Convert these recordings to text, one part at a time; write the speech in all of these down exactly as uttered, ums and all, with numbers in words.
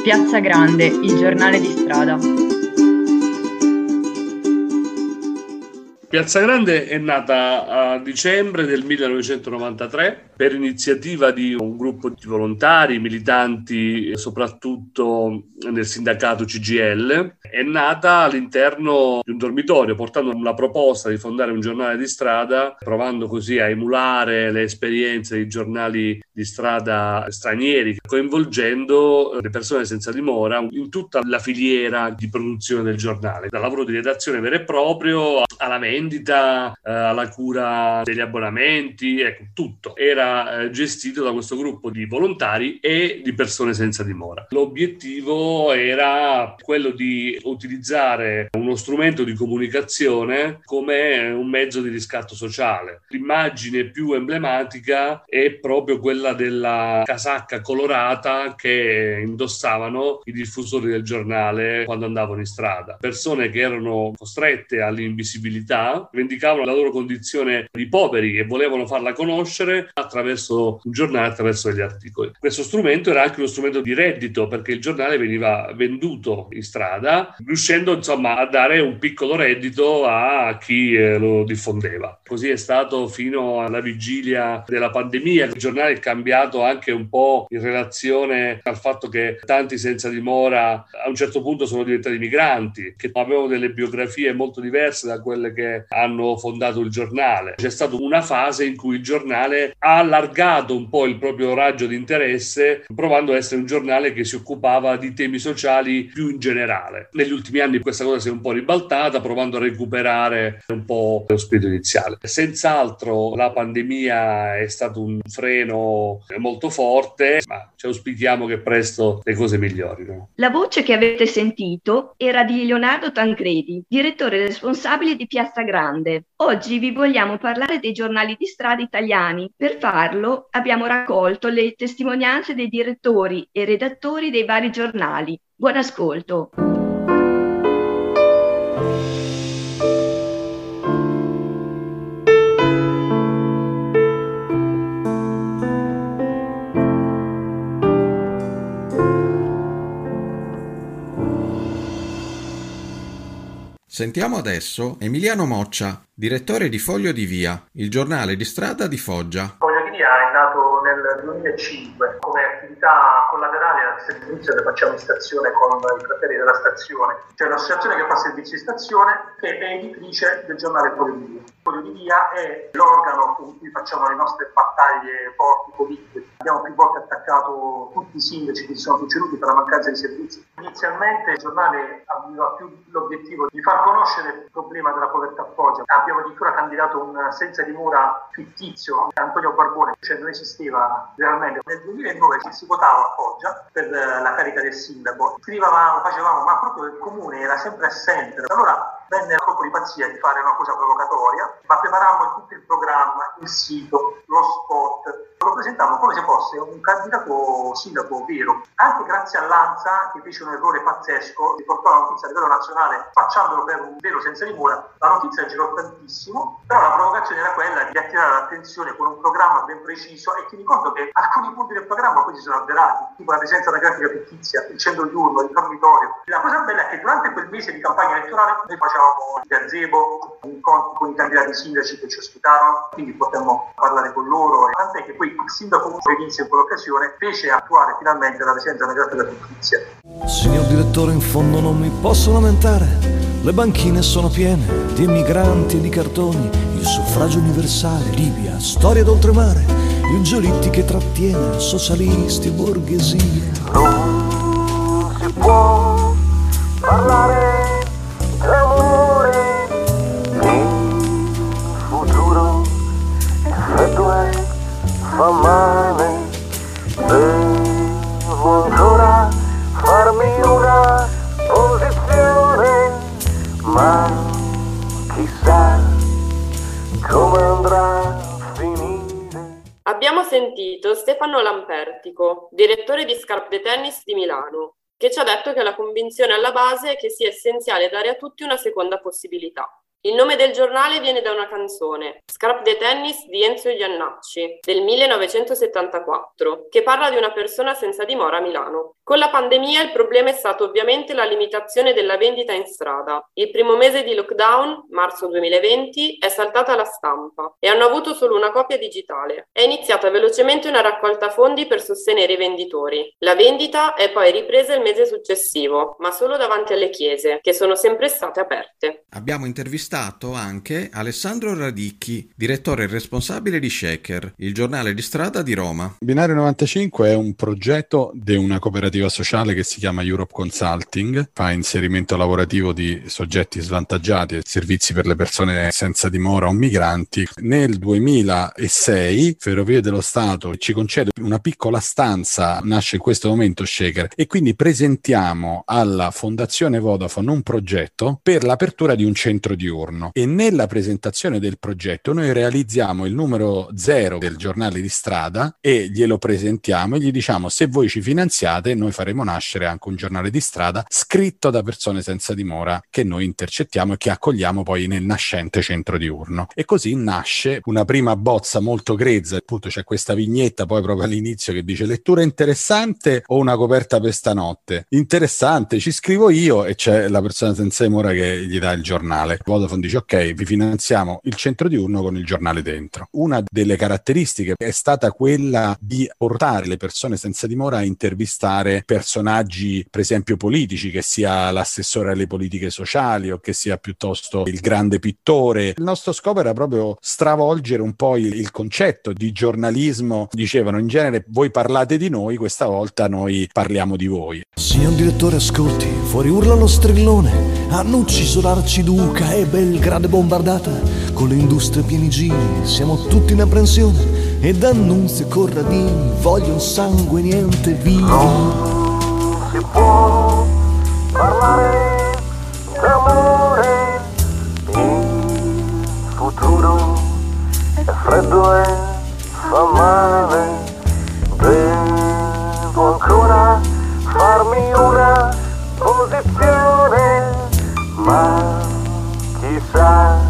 Piazza Grande, il giornale di strada. Piazza Grande è nata a dicembre del millenovecentonovantatré per iniziativa di un gruppo di volontari, militanti, soprattutto nel sindacato C G I L. È nata all'interno di un dormitorio, portando la proposta di fondare un giornale di strada, provando così a emulare le esperienze di giornali di strada stranieri, coinvolgendo le persone senza dimora in tutta la filiera di produzione del giornale, dal lavoro di redazione vero e proprio alla vendita, eh, alla cura degli abbonamenti, ecco, tutto era eh, gestito da questo gruppo di volontari e di persone senza dimora. L'obiettivo era quello di utilizzare uno strumento di comunicazione come un mezzo di riscatto sociale. L'immagine più emblematica è proprio quella della casacca colorata che indossavano i diffusori del giornale quando andavano in strada. Persone che erano costrette all'invisibilità, vendicavano la loro condizione di poveri e volevano farla conoscere attraverso un giornale, attraverso degli articoli. Questo strumento era anche uno strumento di reddito, perché il giornale veniva venduto in strada, riuscendo insomma a dare un piccolo reddito a chi eh, lo diffondeva. Così è stato fino alla vigilia della pandemia. Il giornale è cambiato anche un po' in relazione al fatto che tanti senza dimora a un certo punto sono diventati migranti, che avevano delle biografie molto diverse da quelle che hanno fondato il giornale. C'è stata una fase in cui il giornale ha allargato un po' il proprio raggio di interesse, provando a essere un giornale che si occupava di temi sociali più in generale. Negli ultimi anni questa cosa si è un po' ribaltata, provando a recuperare un po' lo spirito iniziale. Senz'altro la pandemia è stato un freno molto forte, ma ci auspichiamo che presto le cose migliorino. La voce che avete sentito era di Leonardo Tancredi, direttore responsabile di Piazza Grande. Oggi vi vogliamo parlare dei giornali di strada italiani. Per farlo abbiamo raccolto le testimonianze dei direttori e redattori dei vari giornali. Buon ascolto! Sentiamo adesso Emiliano Moccia, direttore di Foglio di Via, il giornale di strada di Foggia. Foglio di Via è nato nel duemilacinque come attività collaterale al servizio che facciamo in stazione con i fratelli della stazione. C'è un'associazione che fa servizio in stazione che è editrice del giornale Foglio di Via. Foglio di Via è l'organo con cui facciamo le nostre battaglie forti politiche. Abbiamo più volte attaccato tutti i sindaci che si sono succeduti per la mancanza di servizi. Inizialmente il giornale aveva più l'obiettivo di far conoscere il problema della povertà a Foggia. Abbiamo addirittura candidato un senza dimora fittizio, Antonio Barbone, cioè non esisteva realmente. Nel duemilanove si votava a Foggia per la carica del sindaco. Scrivevamo, facevamo, ma proprio il comune era sempre assente. Allora venne il colpo di pazzia di fare una cosa provocatoria, ma preparammo tutto il programma, il sito, lo spot, lo presentammo come se fosse un candidato sindaco vero. Anche grazie all'ANSA, che fece un errore pazzesco, si portò la notizia a livello nazionale facciandolo per un vero senza dimora, la notizia girò tantissimo, però la provocazione era quella di attirare l'attenzione con un programma ben preciso, e tieni conto che alcuni punti del programma poi si sono avverati, tipo la presenza della grafica fittizia, il centro diurno, il dormitorio. La cosa bella è che durante quel mese di campagna elettorale noi facevamo il gazebo, incontri con i candidati sindaci che ci ospitarono, quindi potemmo parlare con loro, tant'è che poi il sindaco Vince in quell'occasione fece attuare finalmente la presenza della grafica fittizia. Signor direttore, in fondo non mi posso lamentare, le banchine sono piene di emigranti e di cartoni, il suffragio universale, Libia, storia d'oltremare, il Giolitti che trattiene socialisti e borghesia. Non si può parlare d'amore in futuro, il freddo è, fa male, devo ancora farmi una posizione, ma chissà come andrà a finire. Abbiamo sentito Stefano Lampertico, direttore di Scarpe Tennis di Milano, che ci ha detto che la convinzione alla base è che sia essenziale dare a tutti una seconda possibilità. Il nome del giornale viene da una canzone, Scrap the Tennis di Enzo Iannacci, del millenovecentosettantaquattro, che parla di una persona senza dimora a Milano. Con la pandemia il problema è stato ovviamente la limitazione della vendita in strada. Il primo mese di lockdown, marzo duemilaventi, è saltata la stampa e hanno avuto solo una copia digitale. È iniziata velocemente una raccolta fondi per sostenere i venditori. La vendita è poi ripresa il mese successivo, ma solo davanti alle chiese, che sono sempre state aperte. Abbiamo intervistato anche Alessandro Radicchi, direttore responsabile di Shaker, il giornale di strada di Roma. Binario novantacinque è un progetto di una cooperativa sociale che si chiama Europe Consulting, fa inserimento lavorativo di soggetti svantaggiati e servizi per le persone senza dimora o migranti. Nel duemilasei Ferrovie dello Stato ci concede una piccola stanza, nasce in questo momento Shaker, e quindi presentiamo alla Fondazione Vodafone un progetto per l'apertura di un centro diurno. E nella presentazione del progetto noi realizziamo il numero zero del giornale di strada e glielo presentiamo e gli diciamo: se voi ci finanziate noi faremo nascere anche un giornale di strada scritto da persone senza dimora che noi intercettiamo e che accogliamo poi nel nascente centro diurno. E così nasce una prima bozza molto grezza, appunto c'è questa vignetta poi proprio all'inizio che dice: lettura interessante o una coperta per stanotte? Interessante, ci scrivo io, e c'è la persona senza dimora che gli dà il giornale. Vodafone dice: ok, vi finanziamo il centro diurno con il giornale dentro. Una delle caratteristiche è stata quella di portare le persone senza dimora a intervistare personaggi, per esempio politici, che sia l'assessore alle politiche sociali o che sia piuttosto il grande pittore. Il nostro scopo era proprio stravolgere un po' il, il concetto di giornalismo. Dicevano in genere: voi parlate di noi, questa volta noi parliamo di voi. Signor direttore, ascolti, fuori urla lo strillone, hanno ucciso l'arciduca e Belgrado bombardata, con le industrie pieni giri, siamo tutti in apprensione, e D'Annunzio e Corradini vogliono sangue, niente vino. Non si può parlare d'amore, il futuro è freddo e fa male, devo ancora farmi una posizione, ma chissà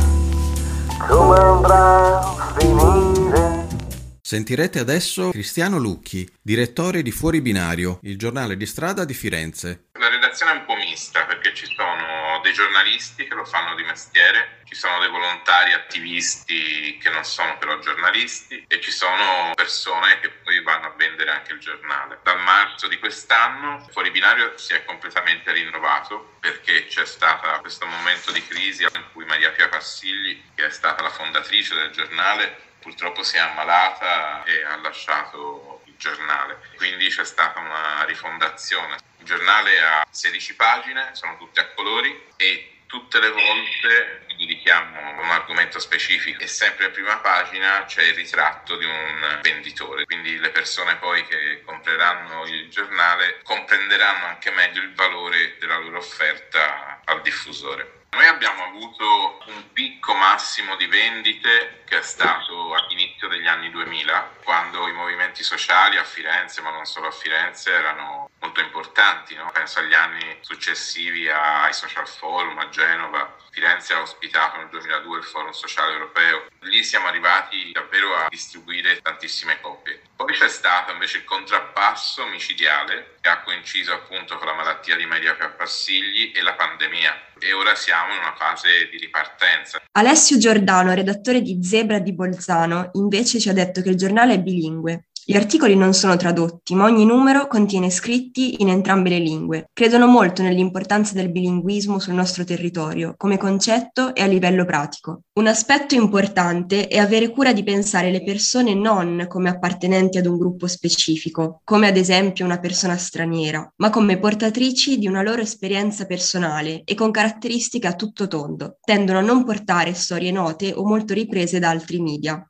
come andrà a finire. Sentirete adesso Cristiano Lucchi, direttore di Fuori Binario, il giornale di strada di Firenze. La redazione è un po' mista perché ci sono dei giornalisti che lo fanno di mestiere, ci sono dei volontari attivisti che non sono però giornalisti e ci sono persone che poi vanno a vendere anche il giornale. Dal marzo di quest'anno Fuori Binario si è completamente rinnovato perché c'è stato questo momento di crisi in cui Maria Pia Passigli, che è stata la fondatrice del giornale, purtroppo si è ammalata e ha lasciato il giornale. Quindi c'è stata una rifondazione. Il giornale ha sedici pagine, sono tutte a colori e tutte le volte dedichiamo un argomento specifico e sempre in prima pagina c'è il ritratto di un venditore. Quindi le persone poi che compreranno il giornale comprenderanno anche meglio il valore della loro offerta al diffusore. Noi abbiamo avuto un picco massimo di vendite che è stato all'inizio degli anni duemila, quando i movimenti sociali a Firenze, ma non solo a Firenze, erano molto importanti, no? Penso agli anni successivi ai Social Forum a Genova. Firenze ha ospitato nel duemiladue il Forum Sociale Europeo. Lì siamo arrivati davvero a distribuire tantissime copie. Poi c'è stato invece il contrappasso micidiale che ha coinciso appunto con la malattia di Maria Pia Passigli e la pandemia. E ora siamo in una fase di ripartenza. Alessio Giordano, redattore di Zebra di Bolzano, invece ci ha detto che il giornale è bilingue. Gli articoli non sono tradotti, ma ogni numero contiene scritti in entrambe le lingue. Credono molto nell'importanza del bilinguismo sul nostro territorio, come concetto e a livello pratico. Un aspetto importante è avere cura di pensare le persone non come appartenenti ad un gruppo specifico, come ad esempio una persona straniera, ma come portatrici di una loro esperienza personale e con caratteristiche a tutto tondo. Tendono a non portare storie note o molto riprese da altri media.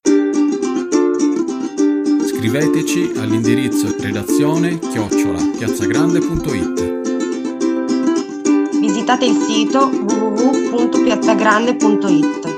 Scriveteci all'indirizzo redazione chiocciola piazzagrande punto it. Visitate il sito w w w punto piazzagrande punto it.